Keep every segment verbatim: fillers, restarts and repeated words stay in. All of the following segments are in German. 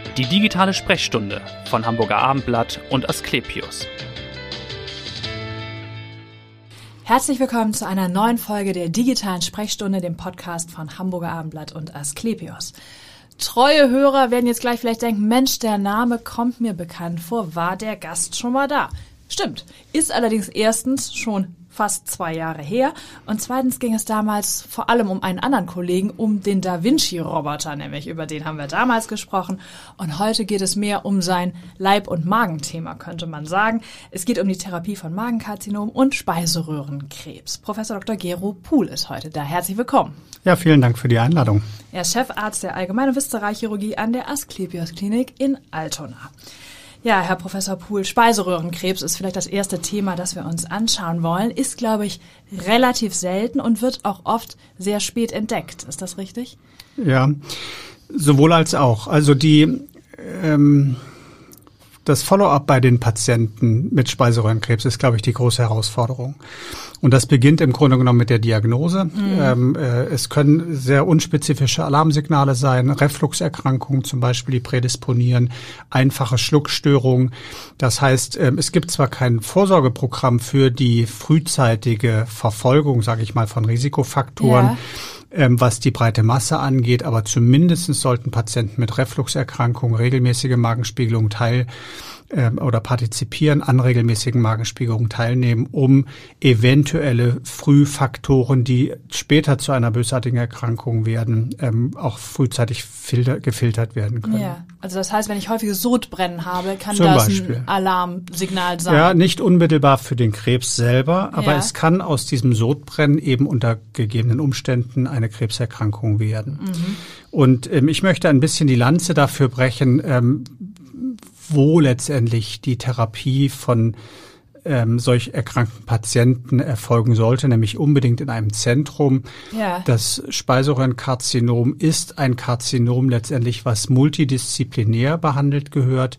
Die digitale Sprechstunde von Hamburger Abendblatt und Asklepios. Herzlich willkommen zu einer neuen Folge der digitalen Sprechstunde, dem Podcast von Hamburger Abendblatt und Asklepios. Treue Hörer werden jetzt gleich vielleicht denken, Mensch, der Name kommt mir bekannt vor, war der Gast schon mal da? Stimmt, ist allerdings erstens schon fast zwei Jahre her und zweitens ging es damals vor allem um einen anderen Kollegen, um den Da Vinci-Roboter, nämlich über den haben wir damals gesprochen und heute geht es mehr um sein Leib- und Magenthema, könnte man sagen. Es geht um die Therapie von Magenkarzinom und Speiseröhrenkrebs. Professor Doktor Gero Puhl ist heute da. Herzlich willkommen. Ja, vielen Dank für die Einladung. Er ist Chefarzt der Allgemein- und Viszeralchirurgie an der Asklepios Klinik in Altona. Ja, Herr Professor Puhl, Speiseröhrenkrebs ist vielleicht das erste Thema, das wir uns anschauen wollen, ist, glaube ich, relativ selten und wird auch oft sehr spät entdeckt. Ist das richtig? Ja, sowohl als auch. Also die ähm, das Follow-up bei den Patienten mit Speiseröhrenkrebs ist, glaube ich, die große Herausforderung. Und das beginnt im Grunde genommen mit der Diagnose. Mhm. Ähm, äh, es können sehr unspezifische Alarmsignale sein, Refluxerkrankungen zum Beispiel, die prädisponieren, einfache Schluckstörungen. Das heißt, ähm, es gibt zwar kein Vorsorgeprogramm für die frühzeitige Verfolgung, sage ich mal, von Risikofaktoren, ja. Ähm, was die breite Masse angeht, aber zumindest sollten Patienten mit Refluxerkrankungen, regelmäßige Magenspiegelung teil ähm, oder partizipieren, an regelmäßigen Magenspiegelungen teilnehmen, um eventuelle Frühfaktoren, die später zu einer bösartigen Erkrankung werden, ähm, auch frühzeitig filter, gefiltert werden können. Ja, also das heißt, wenn ich häufiges Sodbrennen habe, kann Zum das Beispiel ein Alarmsignal sein? Ja, nicht unmittelbar für den Krebs selber, aber ja. es kann aus diesem Sodbrennen eben unter gegebenen Umständen eine Krebserkrankung werden. Mhm. Und ähm, ich möchte ein bisschen die Lanze dafür brechen, ähm, wo letztendlich die Therapie von ähm, solch erkrankten Patienten erfolgen sollte, nämlich unbedingt in einem Zentrum. Ja. Das Speiseröhrenkarzinom ist ein Karzinom letztendlich, was multidisziplinär behandelt gehört.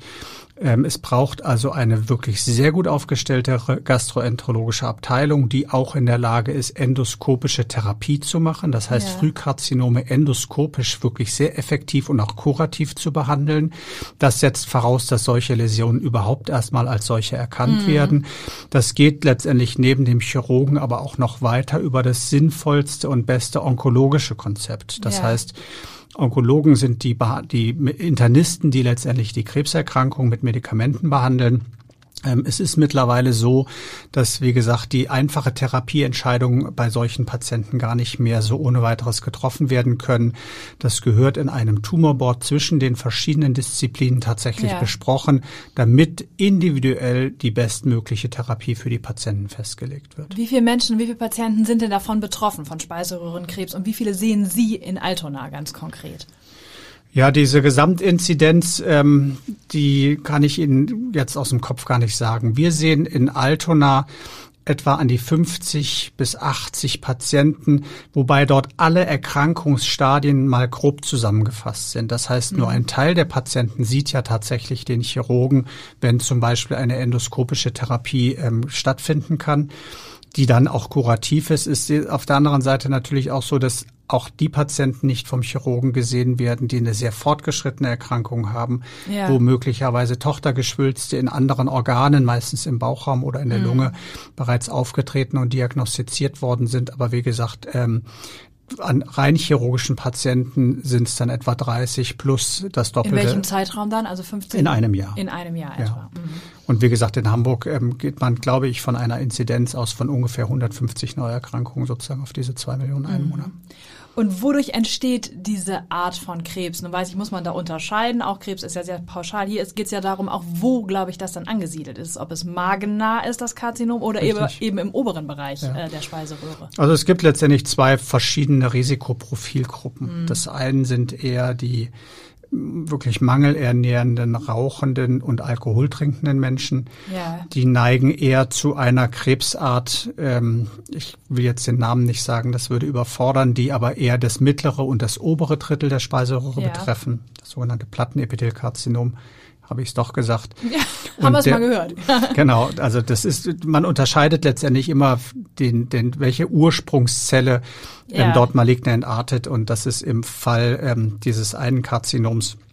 Es braucht also eine wirklich sehr gut aufgestellte gastroenterologische Abteilung, die auch in der Lage ist, endoskopische Therapie zu machen. Das heißt, ja. Frühkarzinome endoskopisch wirklich sehr effektiv und auch kurativ zu behandeln. Das setzt voraus, dass solche Läsionen überhaupt erstmal als solche erkannt mhm. werden. Das geht letztendlich neben dem Chirurgen aber auch noch weiter über das sinnvollste und beste onkologische Konzept. Das ja. heißt, Onkologen sind die, die Internisten, die letztendlich die Krebserkrankung mit Medikamenten behandeln. Es ist mittlerweile so, dass, wie gesagt, die einfache Therapieentscheidungen bei solchen Patienten gar nicht mehr so ohne weiteres getroffen werden können. Das gehört in einem Tumorboard zwischen den verschiedenen Disziplinen tatsächlich ja. besprochen, damit individuell die bestmögliche Therapie für die Patienten festgelegt wird. Wie viele Menschen, wie viele Patienten sind denn davon betroffen, von Speiseröhrenkrebs, und wie viele sehen Sie in Altona ganz konkret? Ja, diese Gesamtinzidenz, ähm, die kann ich Ihnen jetzt aus dem Kopf gar nicht sagen. Wir sehen in Altona etwa an die fünfzig bis achtzig Patienten, wobei dort alle Erkrankungsstadien mal grob zusammengefasst sind. Das heißt, nur ein Teil der Patienten sieht ja tatsächlich den Chirurgen, wenn zum Beispiel eine endoskopische Therapie ähm, stattfinden kann, die dann auch kurativ ist. Ist auf der anderen Seite natürlich auch so, dass auch die Patienten nicht vom Chirurgen gesehen werden, die eine sehr fortgeschrittene Erkrankung haben, ja. wo möglicherweise Tochtergeschwülste in anderen Organen, meistens im Bauchraum oder in der mhm. Lunge, bereits aufgetreten und diagnostiziert worden sind. Aber wie gesagt, ähm, an rein chirurgischen Patienten sind es dann etwa dreißig plus das Doppelte. In welchem Zeitraum dann? Also fünfzehn? In einem Jahr. In einem Jahr ja. etwa. Mhm. Und wie gesagt, in Hamburg ähm, geht man, glaube ich, von einer Inzidenz aus von ungefähr hundertfünfzig Neuerkrankungen sozusagen auf diese zwei Millionen Einwohner. Mhm. Und wodurch entsteht diese Art von Krebs? Nun weiß ich, muss man da unterscheiden. Auch Krebs ist ja sehr pauschal. Hier geht es ja darum, auch wo, glaube ich, das dann angesiedelt ist. Ob es magennah ist, das Karzinom, oder eben, eben im oberen Bereich ja. äh, der Speiseröhre. Also es gibt letztendlich zwei verschiedene Risikoprofilgruppen. Mhm. Das eine sind eher die wirklich mangelernährenden, rauchenden und alkoholtrinkenden Menschen, ja. die neigen eher zu einer Krebsart, ähm, ich will jetzt den Namen nicht sagen, das würde überfordern, die aber eher das mittlere und das obere Drittel der Speiseröhre ja. betreffen, das sogenannte Plattenepithelkarzinom. Habe ich es doch gesagt. Ja, haben wir es mal gehört. Genau, also das ist, man unterscheidet letztendlich immer den, den, welche Ursprungszelle ja. ähm, dort malign entartet, und das ist im Fall ähm, dieses einen Karzinoms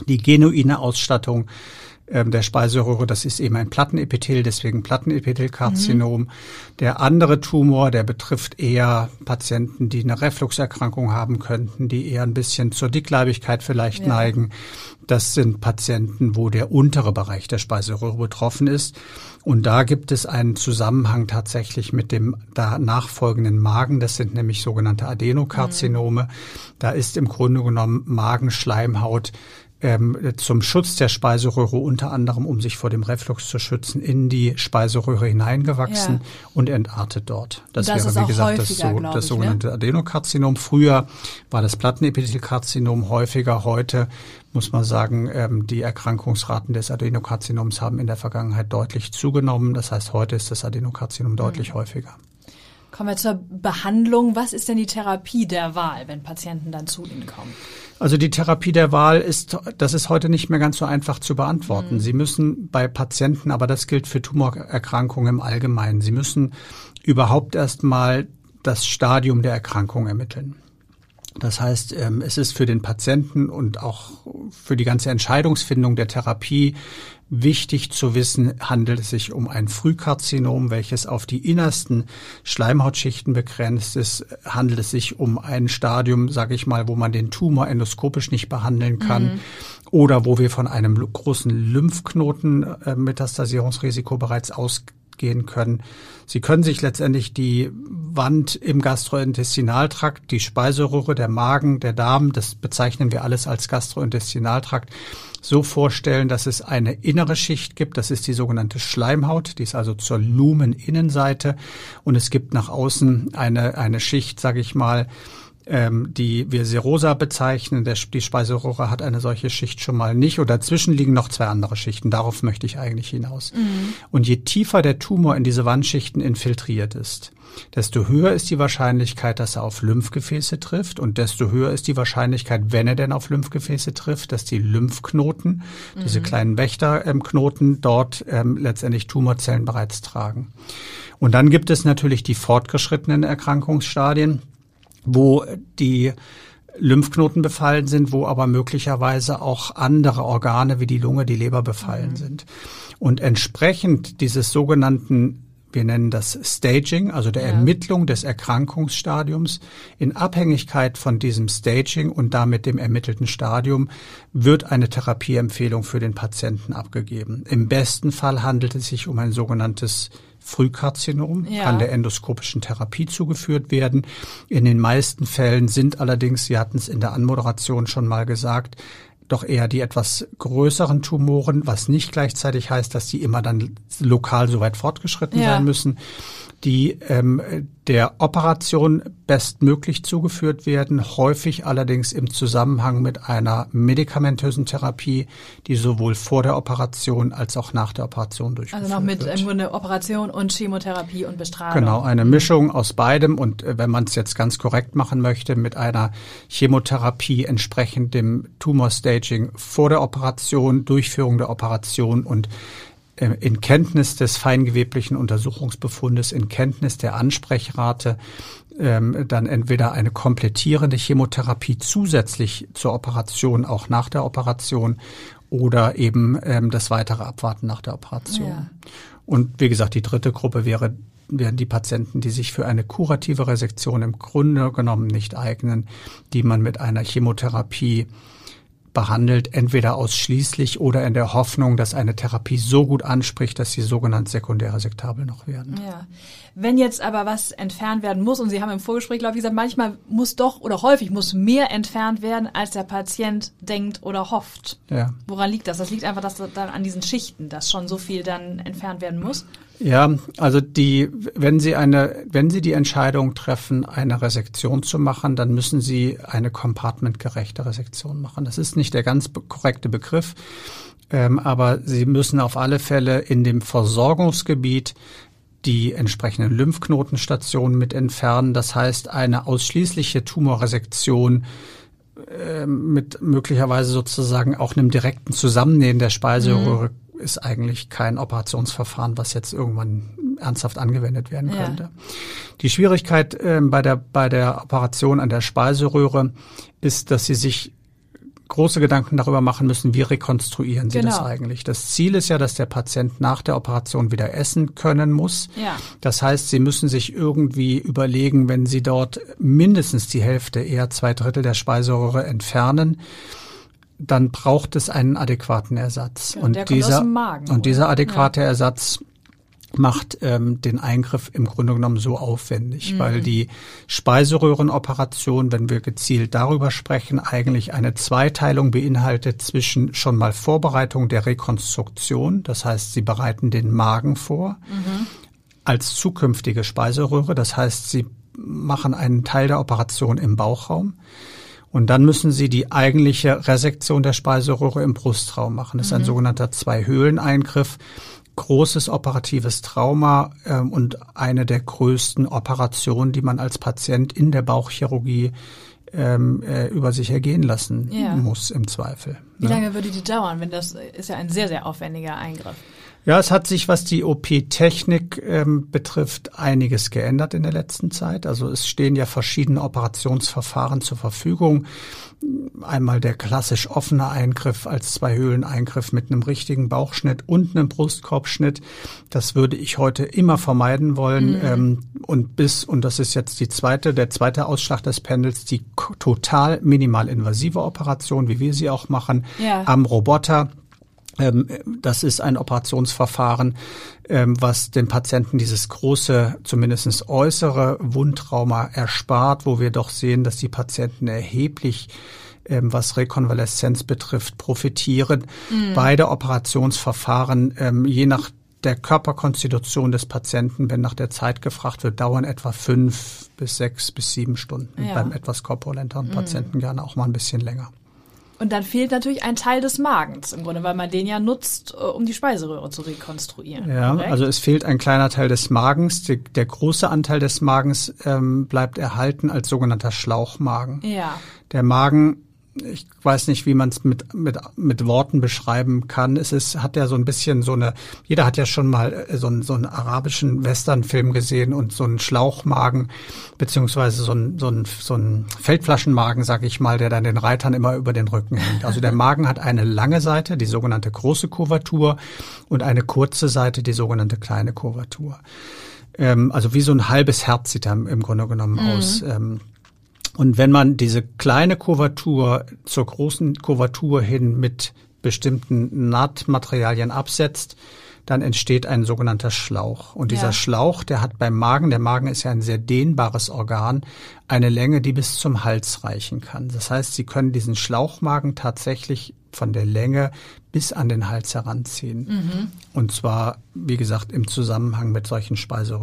Die genuine Ausstattung der Speiseröhre, das ist eben ein Plattenepithel, deswegen Plattenepithelkarzinom. Mhm. Der andere Tumor, der betrifft eher Patienten, die eine Refluxerkrankung haben könnten, die eher ein bisschen zur Dickleibigkeit vielleicht ja. neigen. Das sind Patienten, wo der untere Bereich der Speiseröhre betroffen ist. Und da gibt es einen Zusammenhang tatsächlich mit dem da nachfolgenden Magen. Das sind nämlich sogenannte Adenokarzinome. Mhm. Da ist im Grunde genommen Magenschleimhaut zum Schutz der Speiseröhre, unter anderem um sich vor dem Reflux zu schützen, in die Speiseröhre hineingewachsen ja. und entartet dort. Das, das wäre, wie gesagt, das, so, das sogenannte ich, ne? Adenokarzinom. Früher war das Plattenepithelkarzinom häufiger. Heute muss man sagen, die Erkrankungsraten des Adenokarzinoms haben in der Vergangenheit deutlich zugenommen. Das heißt, heute ist das Adenokarzinom mhm. deutlich häufiger. Kommen wir zur Behandlung. Was ist denn die Therapie der Wahl, wenn Patienten dann zu Ihnen kommen? Also die Therapie der Wahl ist, das ist heute nicht mehr ganz so einfach zu beantworten. Mhm. Sie müssen bei Patienten, aber das gilt für Tumorerkrankungen im Allgemeinen, Sie müssen überhaupt erst mal das Stadium der Erkrankung ermitteln. Das heißt, es ist für den Patienten und auch für die ganze Entscheidungsfindung der Therapie wichtig zu wissen, handelt es sich um ein Frühkarzinom, welches auf die innersten Schleimhautschichten begrenzt ist, handelt es sich um ein Stadium, sage ich mal, wo man den Tumor endoskopisch nicht behandeln kann mhm. oder wo wir von einem großen Lymphknoten-Metastasierungsrisiko bereits ausgehen können. Sie können sich letztendlich die Wand im Gastrointestinaltrakt, die Speiseröhre, der Magen, der Darm, das bezeichnen wir alles als Gastrointestinaltrakt, so vorstellen, dass es eine innere Schicht gibt, das ist die sogenannte Schleimhaut, die ist also zur Lumeninnenseite, und es gibt nach außen eine eine Schicht, sage ich mal, ähm, die wir Serosa bezeichnen. Der, die Speiseröhre hat eine solche Schicht schon mal nicht, und dazwischen liegen noch zwei andere Schichten. Darauf möchte ich eigentlich hinaus. Mhm. Und je tiefer der Tumor in diese Wandschichten infiltriert ist, desto höher ist die Wahrscheinlichkeit, dass er auf Lymphgefäße trifft, und desto höher ist die Wahrscheinlichkeit, wenn er denn auf Lymphgefäße trifft, dass die Lymphknoten, mhm. diese kleinen Wächterknoten, dort ähm, letztendlich Tumorzellen bereits tragen. Und dann gibt es natürlich die fortgeschrittenen Erkrankungsstadien, wo die Lymphknoten befallen sind, wo aber möglicherweise auch andere Organe wie die Lunge, die Leber befallen mhm. sind. Und entsprechend dieses sogenannten, wir nennen das Staging, also der ja. Ermittlung des Erkrankungsstadiums, in Abhängigkeit von diesem Staging und damit dem ermittelten Stadium, wird eine Therapieempfehlung für den Patienten abgegeben. Im besten Fall handelt es sich um ein sogenanntes Frühkarzinom, ja. kann der endoskopischen Therapie zugeführt werden. In den meisten Fällen sind allerdings, Sie hatten es in der Anmoderation schon mal gesagt, doch eher die etwas größeren Tumoren, was nicht gleichzeitig heißt, dass die immer dann lokal so weit fortgeschritten ja. sein müssen, die ähm, der Operation bestmöglich zugeführt werden, häufig allerdings im Zusammenhang mit einer medikamentösen Therapie, die sowohl vor der Operation als auch nach der Operation durchgeführt wird. Also noch mit im Grunde Operation und Chemotherapie und Bestrahlung. Genau, eine Mischung aus beidem, und äh, wenn man es jetzt ganz korrekt machen möchte, mit einer Chemotherapie entsprechend dem Tumorstaging vor der Operation, Durchführung der Operation und in Kenntnis des feingeweblichen Untersuchungsbefundes, in Kenntnis der Ansprechrate, ähm, dann entweder eine komplettierende Chemotherapie zusätzlich zur Operation, auch nach der Operation, oder eben ähm, das weitere Abwarten nach der Operation. Ja. Und wie gesagt, die dritte Gruppe wäre wären die Patienten, die sich für eine kurative Resektion im Grunde genommen nicht eignen, die man mit einer Chemotherapie behandelt, entweder ausschließlich oder in der Hoffnung, dass eine Therapie so gut anspricht, dass sie sogenannt sekundär resektabel noch werden. Ja. Wenn jetzt aber was entfernt werden muss, und Sie haben im Vorgespräch, glaube ich, gesagt, manchmal muss doch oder häufig muss mehr entfernt werden, als der Patient denkt oder hofft. Ja. Woran liegt das? Das liegt einfach dass dann an diesen Schichten, dass schon so viel dann entfernt werden muss? Ja, also die, wenn Sie eine, wenn Sie die Entscheidung treffen, eine Resektion zu machen, dann müssen Sie eine compartmentgerechte Resektion machen. Das ist nicht der ganz korrekte Begriff, ähm, aber Sie müssen auf alle Fälle in dem Versorgungsgebiet die entsprechenden Lymphknotenstationen mit entfernen. Das heißt, eine ausschließliche Tumorresektion äh, mit möglicherweise sozusagen auch einem direkten Zusammennähen der Speiseröhre mhm. ist eigentlich kein Operationsverfahren, was jetzt irgendwann ernsthaft angewendet werden könnte. Ja. Die Schwierigkeit äh, bei der bei der Operation an der Speiseröhre ist, dass sie sich große Gedanken darüber machen müssen, wie rekonstruieren Sie genau. das eigentlich. Das Ziel ist ja, dass der Patient nach der Operation wieder essen können muss. Ja. Das heißt, Sie müssen sich irgendwie überlegen, wenn Sie dort mindestens die Hälfte, eher zwei Drittel der Speiseröhre entfernen, dann braucht es einen adäquaten Ersatz. Ja, und der kommt dieser, aus dem Magen, und dieser oder? adäquate ja. Ersatz macht ähm, den Eingriff im Grunde genommen so aufwendig, mhm. weil die Speiseröhrenoperation, wenn wir gezielt darüber sprechen, eigentlich eine Zweiteilung beinhaltet zwischen schon mal Vorbereitung der Rekonstruktion, das heißt, Sie bereiten den Magen vor, mhm. als zukünftige Speiseröhre, das heißt, Sie machen einen Teil der Operation im Bauchraum. Und dann müssen Sie die eigentliche Resektion der Speiseröhre im Brustraum machen. Das ist ein mhm. sogenannter Zwei-Höhlen-Eingriff. Großes operatives Trauma ähm, und eine der größten Operationen, die man als Patient in der Bauchchirurgie ähm, äh, über sich ergehen lassen ja. muss im Zweifel. Wie ne? lange würde die dauern? Wenn das ist ja ein sehr, sehr aufwendiger Eingriff. Ja, es hat sich, was die O P-Technik ähm, betrifft, einiges geändert in der letzten Zeit. Also es stehen ja verschiedene Operationsverfahren zur Verfügung. Einmal der klassisch offene Eingriff als Zwei-Höhlen-Eingriff mit einem richtigen Bauchschnitt und einem Brustkorbschnitt. Das würde ich heute immer vermeiden wollen. Mhm. Ähm, und bis, und das ist jetzt die zweite, der zweite Ausschlag des Pendels, die k- total minimalinvasive Operation, wie wir sie auch machen, ja. am Roboter. Das ist ein Operationsverfahren, was den Patienten dieses große, zumindest äußere Wundtrauma erspart, wo wir doch sehen, dass die Patienten erheblich, was Rekonvaleszenz betrifft, profitieren. Mhm. Beide Operationsverfahren, je nach der Körperkonstitution des Patienten, wenn nach der Zeit gefragt wird, dauern etwa fünf bis sechs bis sieben Stunden. Ja. Beim etwas korpulenteren mhm. Patienten gerne auch mal ein bisschen länger. Und dann fehlt natürlich ein Teil des Magens im Grunde, weil man den ja nutzt, um die Speiseröhre zu rekonstruieren. Ja, korrekt? Also es fehlt ein kleiner Teil des Magens. Die, der große Anteil des Magens ähm, bleibt erhalten als sogenannter Schlauchmagen. Ja. Der Magen, ich weiß nicht, wie man es mit mit mit Worten beschreiben kann. Es ist hat ja so ein bisschen so eine. Jeder hat ja schon mal so einen so einen arabischen Westernfilm gesehen und so einen Schlauchmagen beziehungsweise so einen so einen so einen Feldflaschenmagen, sag ich mal, der dann den Reitern immer über den Rücken hängt. Also der Magen hat eine lange Seite, die sogenannte große Kurvatur, und eine kurze Seite, die sogenannte kleine Kurvatur. Ähm, also wie so ein halbes Herz sieht er im Grunde genommen mhm. aus. Ähm, Und wenn man diese kleine Kurvatur zur großen Kurvatur hin mit bestimmten Nahtmaterialien absetzt, dann entsteht ein sogenannter Schlauch. Und dieser ja. Schlauch, der hat beim Magen, der Magen ist ja ein sehr dehnbares Organ, eine Länge, die bis zum Hals reichen kann. Das heißt, Sie können diesen Schlauchmagen tatsächlich von der Länge bis an den Hals heranziehen. Mhm. Und zwar, wie gesagt, im Zusammenhang mit solchen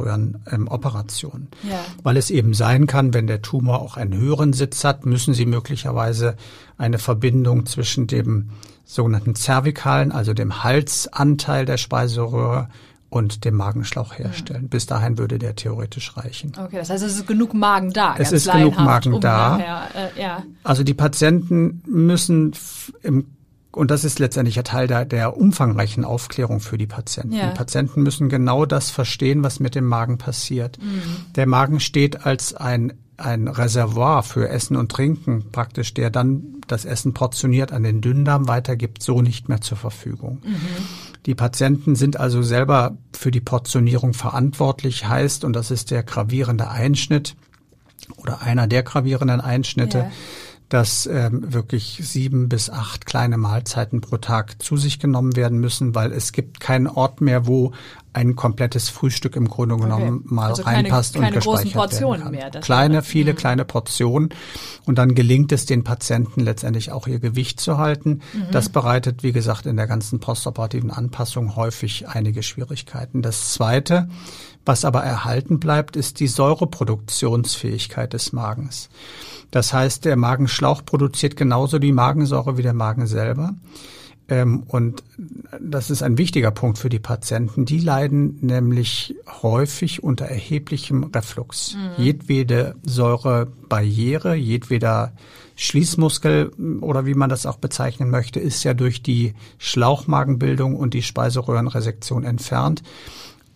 Speiseröhrenoperationen. Ähm, ja. Weil es eben sein kann, wenn der Tumor auch einen höheren Sitz hat, müssen Sie möglicherweise eine Verbindung zwischen dem sogenannten zervikalen, also dem Halsanteil der Speiseröhre, und dem Magenschlauch herstellen. Ja. Bis dahin würde der theoretisch reichen. Okay, das heißt, es ist genug Magen da. Es ist genug Magen um da. Nachher, äh, ja. Also die Patienten müssen im Und das ist letztendlich ein Teil der, der umfangreichen Aufklärung für die Patienten. Ja. Die Patienten müssen genau das verstehen, was mit dem Magen passiert. Mhm. Der Magen steht als ein, ein Reservoir für Essen und Trinken, praktisch, der dann das Essen portioniert an den Dünndarm weitergibt, so nicht mehr zur Verfügung. Mhm. Die Patienten sind also selber für die Portionierung verantwortlich, heißt, und das ist der gravierende Einschnitt oder einer der gravierenden Einschnitte, ja. dass ähm, wirklich sieben bis acht kleine Mahlzeiten pro Tag zu sich genommen werden müssen, weil es gibt keinen Ort mehr, wo ein komplettes Frühstück im Grunde genommen okay. mal also reinpasst keine, und keine gespeichert großen Portionen werden kann. Mehr, kleine, viele mhm. kleine Portionen. Und dann gelingt es den Patienten letztendlich auch ihr Gewicht zu halten. Mhm. Das bereitet, wie gesagt, in der ganzen postoperativen Anpassung häufig einige Schwierigkeiten. Das Zweite, was aber erhalten bleibt, ist die Säureproduktionsfähigkeit des Magens. Das heißt, der Magenschlauch produziert genauso die Magensäure wie der Magen selber. Ähm, und das ist ein wichtiger Punkt für die Patienten. Die leiden nämlich häufig unter erheblichem Reflux. Mhm. Jedwede Säurebarriere, jedweder Schließmuskel oder wie man das auch bezeichnen möchte, ist ja durch die Schlauchmagenbildung und die Speiseröhrenresektion entfernt.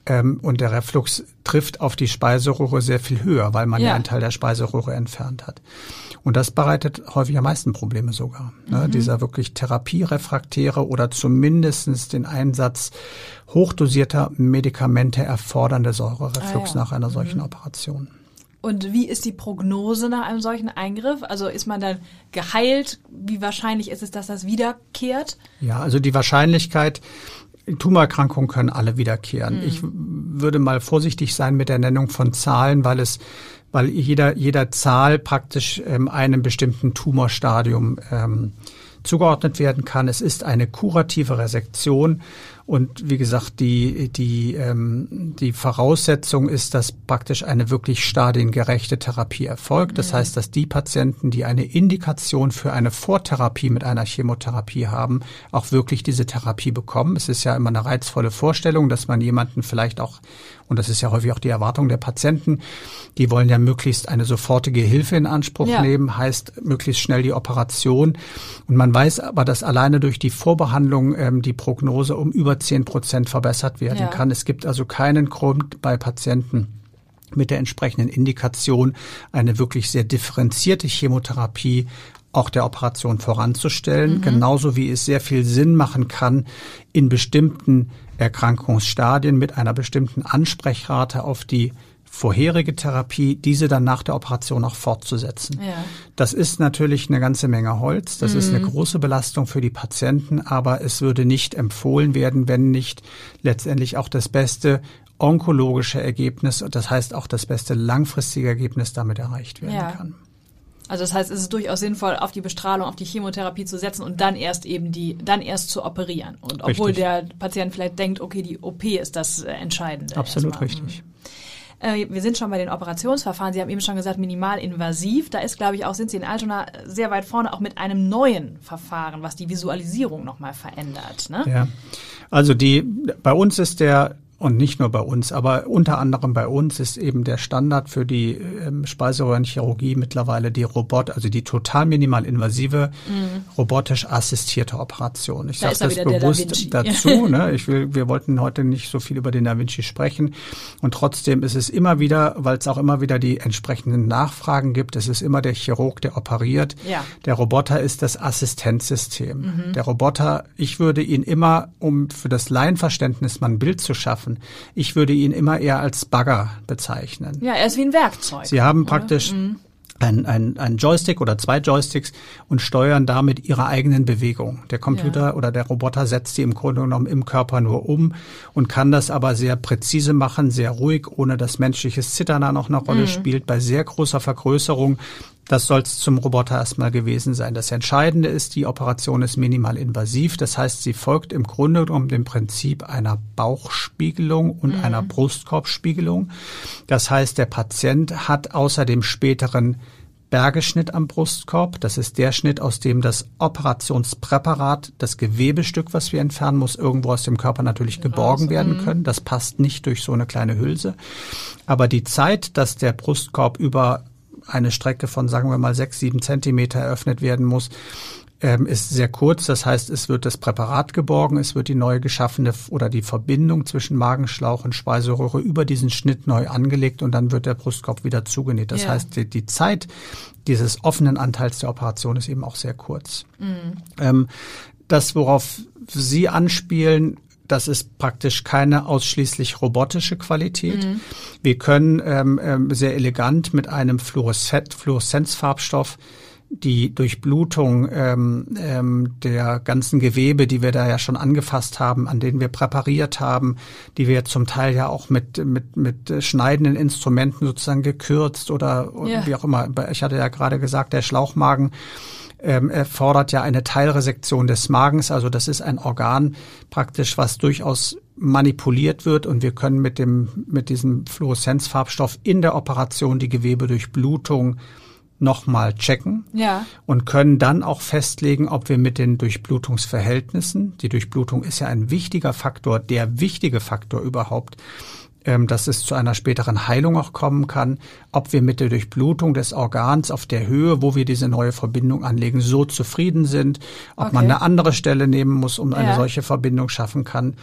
Ähm, und der Reflux trifft auf die Speiseröhre sehr viel höher, weil man ja, ja einen Teil der Speiseröhre entfernt hat. Und das bereitet häufig am meisten Probleme sogar. Mhm. Ne? Dieser wirklich therapierefraktäre oder zumindestens den Einsatz hochdosierter Medikamente erfordernde Säurereflux ah, ja. nach einer solchen mhm. Operation. Und wie ist die Prognose nach einem solchen Eingriff? Also ist man dann geheilt? Wie wahrscheinlich ist es, dass das wiederkehrt? Ja, also die Wahrscheinlichkeit, Tumorerkrankungen können alle wiederkehren. Mhm. Ich würde mal vorsichtig sein mit der Nennung von Zahlen, weil es, weil jeder, jeder Zahl praktisch ähm, einem bestimmten Tumorstadium ähm, zugeordnet werden kann. Es ist eine kurative Resektion. Und wie gesagt, die, die, ähm, die Voraussetzung ist, dass praktisch eine wirklich stadiengerechte Therapie erfolgt. Das mhm. heißt, dass die Patienten, die eine Indikation für eine Vortherapie mit einer Chemotherapie haben, auch wirklich diese Therapie bekommen. Es ist ja immer eine reizvolle Vorstellung, dass man jemanden vielleicht auch, und das ist ja häufig auch die Erwartung der Patienten, die wollen ja möglichst eine sofortige Hilfe in Anspruch ja. nehmen, heißt möglichst schnell die Operation. Und man weiß aber, dass alleine durch die Vorbehandlung ähm, die Prognose um über zehn Prozent verbessert werden ja. kann. Es gibt also keinen Grund bei Patienten mit der entsprechenden Indikation eine wirklich sehr differenzierte Chemotherapie auch der Operation voranzustellen. Mhm. Genauso wie es sehr viel Sinn machen kann, in bestimmten Erkrankungsstadien mit einer bestimmten Ansprechrate auf die vorherige Therapie, diese dann nach der Operation auch fortzusetzen. Ja. Das ist natürlich eine ganze Menge Holz. Das mhm. ist eine große Belastung für die Patienten, aber es würde nicht empfohlen werden, wenn nicht letztendlich auch das beste onkologische Ergebnis, das heißt auch das beste langfristige Ergebnis damit erreicht werden ja. kann. Also das heißt, es ist durchaus sinnvoll, auf die Bestrahlung, auf die Chemotherapie zu setzen und dann erst eben die, dann erst zu operieren. Und obwohl richtig. Der Patient vielleicht denkt, okay, die O P ist das Entscheidende. Absolut erstmal. Richtig. Wir sind schon bei den Operationsverfahren. Sie haben eben schon gesagt, minimalinvasiv. Da ist, glaube ich, auch, sind Sie in Altona sehr weit vorne, auch mit einem neuen Verfahren, was die Visualisierung nochmal verändert. Ne? Ja, also die, bei uns ist der, und nicht nur bei uns, aber unter anderem bei uns ist eben der Standard für die ähm, Speiseröhrenchirurgie mittlerweile die Robot, also die total minimalinvasive, mhm. robotisch assistierte Operation. Ich da sage das bewusst dazu. Ne? Ich will, wir wollten heute nicht so viel über den Da Vinci sprechen. Und trotzdem ist es immer wieder, weil es auch immer wieder die entsprechenden Nachfragen gibt, es ist immer der Chirurg, der operiert. Ja. Der Roboter ist das Assistenzsystem. Mhm. Der Roboter, ich würde ihn immer, um für das Laienverständnis mal ein Bild zu schaffen, ich würde ihn immer eher als Bagger bezeichnen. Ja, er ist wie ein Werkzeug. Sie haben praktisch mhm. ein, ein, ein Joystick oder zwei Joysticks und steuern damit ihre eigenen Bewegungen. Der Computer ja. oder der Roboter setzt sie im Grunde genommen im Körper nur um und kann das aber sehr präzise machen, sehr ruhig, ohne dass menschliches Zittern da noch eine Rolle mhm. spielt, bei sehr großer Vergrößerung. Das soll es zum Roboter erstmal gewesen sein. Das Entscheidende ist, die Operation ist minimal invasiv. Das heißt, sie folgt im Grunde genommen dem Prinzip einer Bauchspiegelung und mhm. einer Brustkorbspiegelung. Das heißt, der Patient hat außer dem späteren Bergeschnitt am Brustkorb, das ist der Schnitt, aus dem das Operationspräparat, das Gewebestück, was wir entfernen, muss irgendwo aus dem Körper natürlich geborgen werden können. Das passt nicht durch so eine kleine Hülse. Aber die Zeit, dass der Brustkorb über eine Strecke von, sagen wir mal, sechs, sieben Zentimeter eröffnet werden muss, ähm, ist sehr kurz. Das heißt, es wird das Präparat geborgen, es wird die neu geschaffene oder die Verbindung zwischen Magenschlauch und Speiseröhre über diesen Schnitt neu angelegt und dann wird der Brustkorb wieder zugenäht. Das ja. heißt, die, die Zeit dieses offenen Anteils der Operation ist eben auch sehr kurz. Mhm. Ähm, das, worauf Sie anspielen, das ist praktisch keine ausschließlich robotische Qualität. Mhm. Wir können ähm, ähm, sehr elegant mit einem Fluoreszenz, Fluoreszenzfarbstoff die Durchblutung ähm, ähm, der ganzen Gewebe, die wir da ja schon angefasst haben, an denen wir präpariert haben, die wir zum Teil ja auch mit mit mit schneidenden Instrumenten sozusagen gekürzt oder, oder ja. wie auch immer. Ich hatte ja gerade gesagt, der Schlauchmagen Ähm, erfordert ja eine Teilresektion des Magens. Also das ist ein Organ praktisch, was durchaus manipuliert wird und wir können mit dem mit diesem Fluoreszenzfarbstoff in der Operation die Gewebedurchblutung nochmal checken ja. und können dann auch festlegen, ob wir mit den Durchblutungsverhältnissen, die Durchblutung ist ja ein wichtiger Faktor, der wichtige Faktor überhaupt, dass es zu einer späteren Heilung auch kommen kann, ob wir mit der Durchblutung des Organs auf der Höhe, wo wir diese neue Verbindung anlegen, so zufrieden sind, ob okay. man eine andere Stelle nehmen muss, um ja. eine solche Verbindung schaffen kann.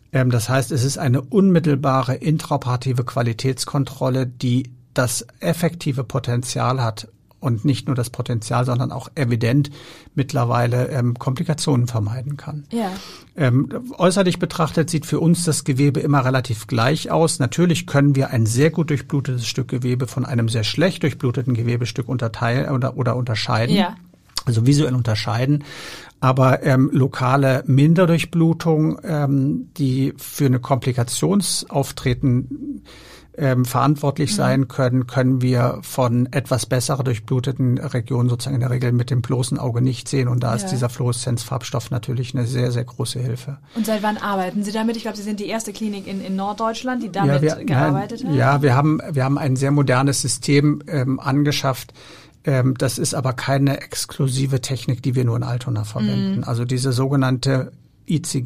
Ähm, das heißt, es ist eine unmittelbare intraoperative Qualitätskontrolle, die das effektive Potenzial hat und nicht nur das Potenzial, sondern auch evident mittlerweile ähm, Komplikationen vermeiden kann. Ja. Ähm, äußerlich betrachtet sieht für uns das Gewebe immer relativ gleich aus. Natürlich können wir ein sehr gut durchblutetes Stück Gewebe von einem sehr schlecht durchbluteten Gewebestück unterteilen oder, oder unterscheiden. Ja. Also visuell unterscheiden. Aber ähm, lokale Minderdurchblutung, ähm, die für eine Komplikationsauftreten ähm, verantwortlich mhm. sein können, können wir von etwas besser durchbluteten Regionen sozusagen in der Regel mit dem bloßen Auge nicht sehen. Und da ja. ist dieser Fluoreszenzfarbstoff natürlich eine sehr, sehr große Hilfe. Und seit wann arbeiten Sie damit? Ich glaube, Sie sind die erste Klinik in, in Norddeutschland, die damit ja, wir, gearbeitet nein, hat. Ja, wir haben, wir haben ein sehr modernes System ähm, angeschafft. Ähm, das ist aber keine exklusive Technik, die wir nur in Altona verwenden. Mm. Also diese sogenannte I C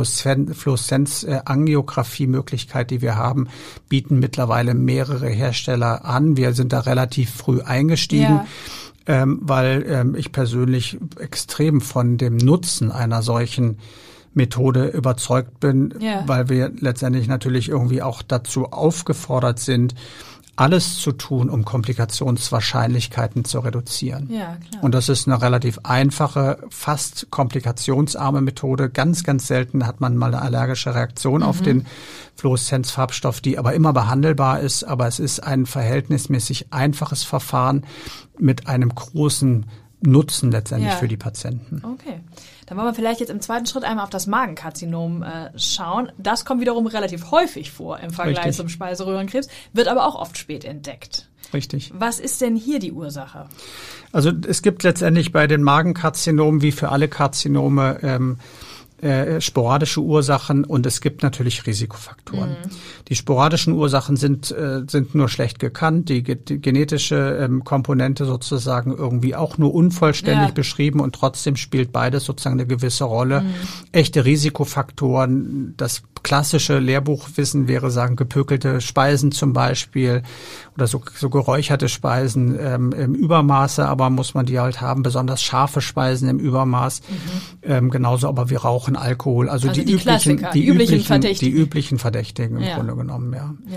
G-Fluoreszenz-Angiografie-Möglichkeit, die wir haben, bieten mittlerweile mehrere Hersteller an. Wir sind da relativ früh eingestiegen. Ja. Ähm, weil ähm, ich persönlich extrem von dem Nutzen einer solchen Methode überzeugt bin, ja. weil wir letztendlich natürlich irgendwie auch dazu aufgefordert sind, alles zu tun, um Komplikationswahrscheinlichkeiten zu reduzieren. Ja, klar. Und das ist eine relativ einfache, fast komplikationsarme Methode. Ganz, ganz selten hat man mal eine allergische Reaktion mhm. auf den Fluoreszenzfarbstoff, die aber immer behandelbar ist. Aber es ist ein verhältnismäßig einfaches Verfahren mit einem großen Nutzen letztendlich ja. für die Patienten. Okay. Dann wollen wir vielleicht jetzt im zweiten Schritt einmal auf das Magenkarzinom äh, schauen. Das kommt wiederum relativ häufig vor im Vergleich Richtig. zum Speiseröhrenkrebs, wird aber auch oft spät entdeckt. Richtig. Was ist denn hier die Ursache? Also es gibt letztendlich bei den Magenkarzinomen wie für alle Karzinome ähm, äh, sporadische Ursachen und es gibt natürlich Risikofaktoren. Mhm. Die sporadischen Ursachen sind äh, sind nur schlecht gekannt, die, die genetische ähm, Komponente sozusagen irgendwie auch nur unvollständig ja. beschrieben und trotzdem spielt beides sozusagen eine gewisse Rolle. Mhm. Echte Risikofaktoren, das klassische Lehrbuchwissen wäre sagen gepökelte Speisen zum Beispiel oder so, so geräucherte Speisen ähm, im Übermaße, aber muss man die halt haben, besonders scharfe Speisen im Übermaß, mhm. ähm, genauso aber wie Rauchen, Alkohol, also, also die, die üblichen, die üblichen, üblichen Verdächtigen, die üblichen Verdächtigen im ja. Grunde genommen, ja. ja.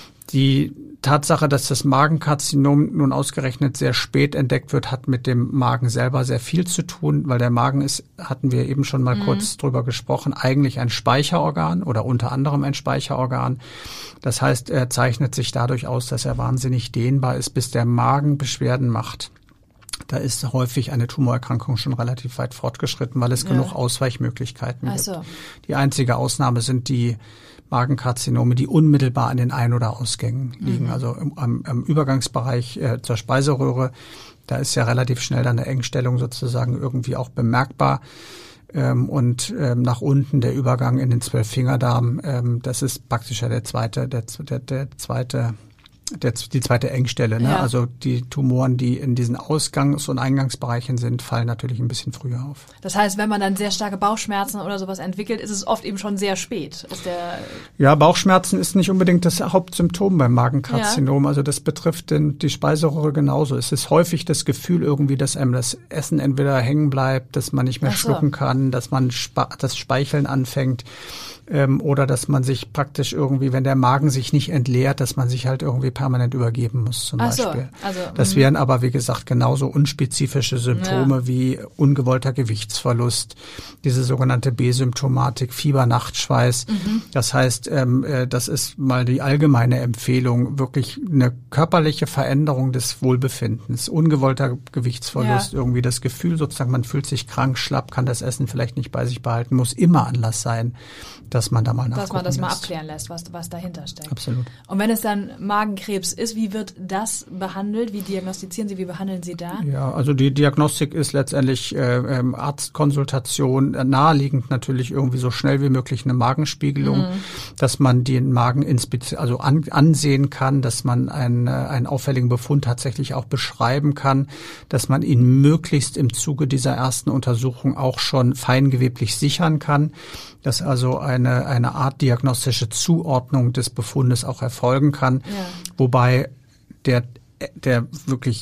Die Tatsache, dass das Magenkarzinom nun ausgerechnet sehr spät entdeckt wird, hat mit dem Magen selber sehr viel zu tun, weil der Magen ist, hatten wir eben schon mal mhm. kurz drüber gesprochen, eigentlich ein Speicherorgan oder unter anderem ein Speicherorgan. Das heißt, er zeichnet sich dadurch aus, dass er wahnsinnig dehnbar ist, bis der Magen Beschwerden macht. Da ist häufig eine Tumorerkrankung schon relativ weit fortgeschritten, weil es ja. genug Ausweichmöglichkeiten Ach gibt. so. Die einzige Ausnahme sind die Magenkarzinome, die unmittelbar an den Ein- oder Ausgängen liegen. Mhm. Also im, am, am Übergangsbereich äh, zur Speiseröhre, da ist ja relativ schnell dann eine Engstellung sozusagen irgendwie auch bemerkbar. Ähm, und ähm, nach unten der Übergang in den Zwölffingerdarm, ähm, das ist praktisch ja der zweite, der, der, der zweite Der, die zweite Engstelle, ne? Ja. Also die Tumoren, die in diesen Ausgangs- und Eingangsbereichen sind, fallen natürlich ein bisschen früher auf. Das heißt, wenn man dann sehr starke Bauchschmerzen oder sowas entwickelt, ist es oft eben schon sehr spät. Ist der ja, Bauchschmerzen ist nicht unbedingt das Hauptsymptom beim Magenkarzinom. Ja. Also das betrifft den, die Speiseröhre genauso. Es ist häufig das Gefühl irgendwie, dass einem das Essen entweder hängen bleibt, dass man nicht mehr Ach so. schlucken kann, dass man spa- das Speicheln anfängt. Ähm, oder dass man sich praktisch irgendwie, wenn der Magen sich nicht entleert, dass man sich halt irgendwie permanent übergeben muss zum Ach Beispiel. So, also, das wären aber, wie gesagt, genauso unspezifische Symptome ja. wie ungewollter Gewichtsverlust, diese sogenannte B-Symptomatik, Fieber, Nachtschweiß. Mhm. Das heißt, ähm, äh, das ist mal die allgemeine Empfehlung, wirklich eine körperliche Veränderung des Wohlbefindens, ungewollter Gewichtsverlust, ja. irgendwie das Gefühl sozusagen, man fühlt sich krank, schlapp, kann das Essen vielleicht nicht bei sich behalten, muss immer Anlass sein, dass man da mal nachgucken Dass man das lässt. mal abklären lässt, was, was dahinter steckt. Absolut. Und wenn es dann Magenkrebs ist, wie wird das behandelt? Wie diagnostizieren Sie, wie behandeln Sie da? Ja, also die Diagnostik ist letztendlich äh, ähm, Arztkonsultation, äh, naheliegend natürlich irgendwie so schnell wie möglich eine Magenspiegelung, mhm. dass man den Magen inspiz- also an, ansehen kann, dass man einen, äh, einen auffälligen Befund tatsächlich auch beschreiben kann, dass man ihn möglichst im Zuge dieser ersten Untersuchung auch schon feingeweblich sichern kann, dass also eine, eine Art diagnostische Zuordnung des Befundes auch erfolgen kann. Ja. Wobei der, der wirklich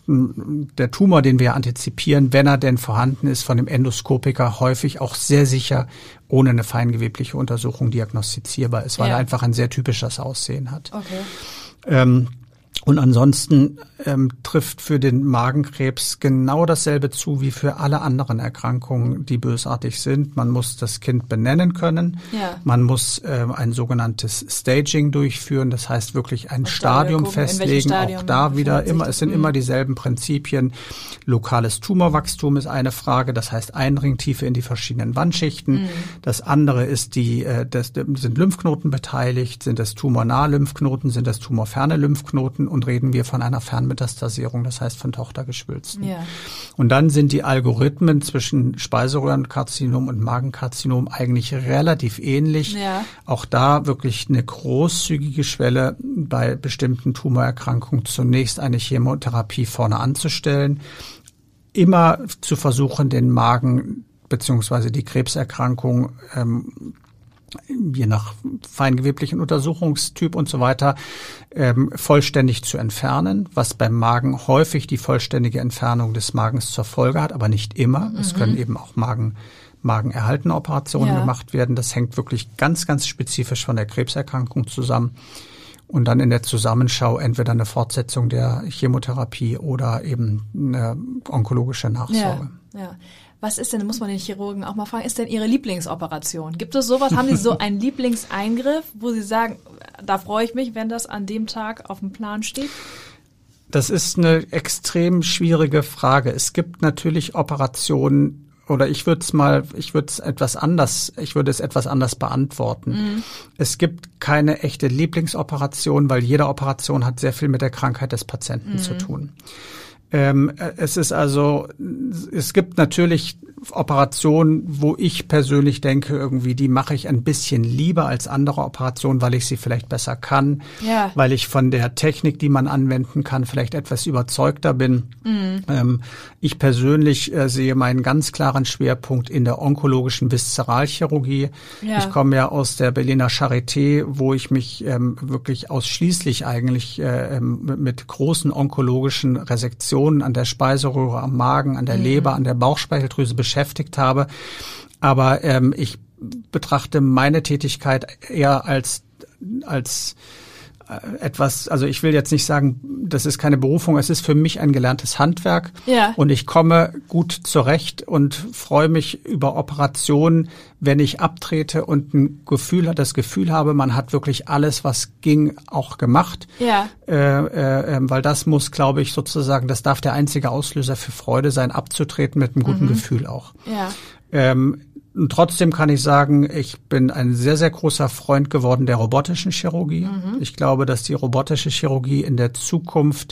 der Tumor, den wir antizipieren, wenn er denn vorhanden ist, von dem Endoskopiker häufig auch sehr sicher ohne eine feingewebliche Untersuchung diagnostizierbar ist, weil ja. er einfach ein sehr typisches Aussehen hat. Okay. Ähm, Und ansonsten ähm, trifft für den Magenkrebs genau dasselbe zu wie für alle anderen Erkrankungen, die bösartig sind. Man muss das Kind benennen können. Ja. Man muss äh, ein sogenanntes Staging durchführen. Das heißt wirklich ein Stadium gucken, festlegen. Stadium Auch da wieder immer, es sind immer dieselben Prinzipien. Lokales Tumorwachstum ist eine Frage. Das heißt Eindringtiefe in die verschiedenen Wandschichten. Mhm. Das andere ist die, äh, das, sind Lymphknoten beteiligt? Sind das tumornahe Lymphknoten? Sind das tumorferne Lymphknoten? Und reden wir von einer Fernmetastasierung, das heißt von Tochtergeschwülsten. Ja. Und dann sind die Algorithmen zwischen Speiseröhrenkarzinom und Magenkarzinom eigentlich relativ ähnlich. Ja. Auch da wirklich eine großzügige Schwelle bei bestimmten Tumorerkrankungen zunächst eine Chemotherapie vorne anzustellen. Immer zu versuchen, den Magen beziehungsweise die Krebserkrankung ähm, je nach feingeweblichen Untersuchungstyp und so weiter, ähm, vollständig zu entfernen, was beim Magen häufig die vollständige Entfernung des Magens zur Folge hat, aber nicht immer. Mhm. Es können eben auch Magen, magenerhaltene Operationen ja. gemacht werden. Das hängt wirklich ganz, ganz spezifisch von der Krebserkrankung zusammen. Und dann in der Zusammenschau entweder eine Fortsetzung der Chemotherapie oder eben eine onkologische Nachsorge. Ja, ja. Was ist denn, muss man den Chirurgen auch mal fragen, ist denn Ihre Lieblingsoperation? Gibt es sowas? Haben Sie so einen Lieblingseingriff, wo Sie sagen, da freue ich mich, wenn das an dem Tag auf dem Plan steht? Das ist eine extrem schwierige Frage. Es gibt natürlich Operationen, oder ich würde es mal, ich würde es etwas anders, ich würde es etwas anders beantworten. Mhm. Es gibt keine echte Lieblingsoperation, weil jede Operation hat sehr viel mit der Krankheit des Patienten mhm. zu tun. Ähm, es ist also, es gibt natürlich Operationen, wo ich persönlich denke, irgendwie, die mache ich ein bisschen lieber als andere Operationen, weil ich sie vielleicht besser kann, ja. weil ich von der Technik, die man anwenden kann, vielleicht etwas überzeugter bin. Mhm. Ähm, ich persönlich äh, sehe meinen ganz klaren Schwerpunkt in der onkologischen Viszeralchirurgie. Ja. Ich komme ja aus der Berliner Charité, wo ich mich ähm, wirklich ausschließlich eigentlich äh, mit großen onkologischen Resektionen an der Speiseröhre, am Magen, an der mhm. Leber, an der Bauchspeicheldrüse beschäftigt habe. Aber ähm, ich betrachte meine Tätigkeit eher als als äh, etwas, also ich will jetzt nicht sagen, das ist keine Berufung, es ist für mich ein gelerntes Handwerk. Ja. Und ich komme gut zurecht und freue mich über Operationen, wenn ich abtrete und ein Gefühl, das Gefühl habe, man hat wirklich alles, was ging, auch gemacht. Ja. Äh, äh, weil das muss, glaube ich, sozusagen, das darf der einzige Auslöser für Freude sein, abzutreten mit einem guten mhm. Gefühl auch. Ja. Ähm, und trotzdem kann ich sagen, ich bin ein sehr, sehr großer Freund geworden der robotischen Chirurgie. Mhm. Ich glaube, dass die robotische Chirurgie in der Zukunft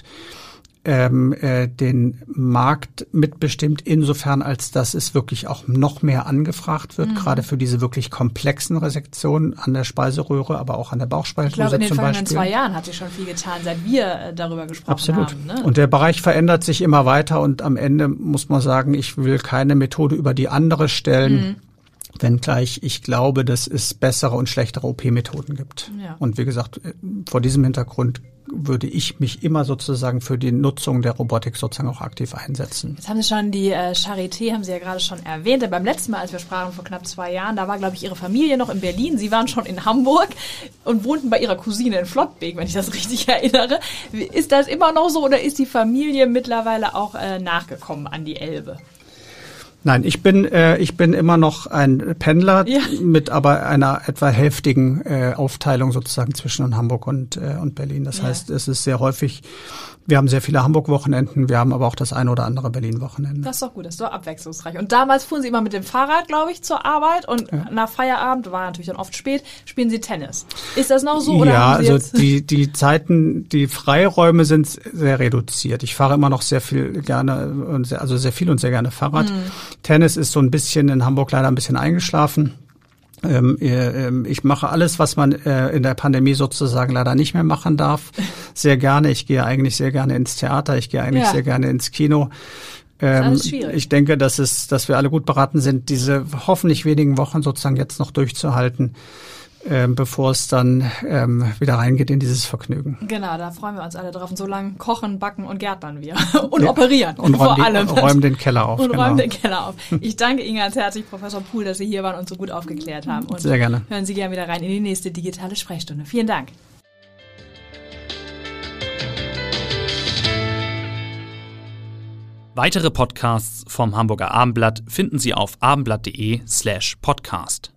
ähm, äh, den Markt mitbestimmt, insofern als dass es wirklich auch noch mehr angefragt wird, mhm. gerade für diese wirklich komplexen Resektionen an der Speiseröhre, aber auch an der Bauchspeicheldrüse zum Beispiel. Ich glaube, in den vergangenen zwei Jahren hat sich schon viel getan, seit wir äh, darüber gesprochen Absolut. haben. Absolut. Ne? Und der Bereich verändert sich immer weiter und am Ende muss man sagen, ich will keine Methode über die andere stellen. Mhm. Wenngleich ich glaube, dass es bessere und schlechtere O P-Methoden gibt. Ja. Und wie gesagt, vor diesem Hintergrund würde ich mich immer sozusagen für die Nutzung der Robotik sozusagen auch aktiv einsetzen. Jetzt haben Sie schon die äh, Charité, haben Sie ja gerade schon erwähnt. Beim letzten Mal, als wir sprachen vor knapp zwei Jahren, da war, glaube ich, Ihre Familie noch in Berlin. Sie waren schon in Hamburg und wohnten bei Ihrer Cousine in Flottbek, wenn ich das richtig erinnere. Ist das immer noch so oder ist die Familie mittlerweile auch äh, nachgekommen an die Elbe? Nein, ich bin äh, ich bin immer noch ein Pendler ja. mit aber einer etwa hälftigen äh, Aufteilung sozusagen zwischen Hamburg und äh, und Berlin. Das ja. heißt, es ist sehr häufig. Wir haben sehr viele Hamburg-Wochenenden, wir haben aber auch das eine oder andere Berlin-Wochenende. Das ist doch gut, das ist doch abwechslungsreich. Und damals fuhren Sie immer mit dem Fahrrad, glaube ich, zur Arbeit und ja. nach Feierabend, war natürlich dann oft spät, spielen Sie Tennis. Ist das noch so? Oder ja, haben Sie also jetzt die die Zeiten, die Freiräume sind sehr reduziert. Ich fahre immer noch sehr viel gerne, und sehr, also sehr viel und sehr gerne Fahrrad. Mhm. Tennis ist so ein bisschen in Hamburg leider ein bisschen eingeschlafen. Ähm, äh, ich mache alles, was man äh, in der Pandemie sozusagen leider nicht mehr machen darf. Sehr gerne. Ich gehe eigentlich sehr gerne ins Theater. Ich gehe eigentlich ja. sehr gerne ins Kino. Ähm, ich denke, dass es, dass wir alle gut beraten sind, diese hoffentlich wenigen Wochen sozusagen jetzt noch durchzuhalten. äh, bevor es dann ähm, wieder reingeht in dieses Vergnügen. Genau, da freuen wir uns alle drauf. Und so lange kochen, backen und gärtnern wir. Und ja. operieren. Und räumen, vor die, allem. räumen den Keller auf. Und genau. räumen den Keller auf. Ich danke Ihnen ganz herzlich, Professor Puhl, dass Sie hier waren und so gut aufgeklärt haben. Und sehr gerne. Hören Sie gerne wieder rein in die nächste digitale Sprechstunde. Vielen Dank. Weitere Podcasts vom Hamburger Abendblatt finden Sie auf abendblatt.de slash podcast.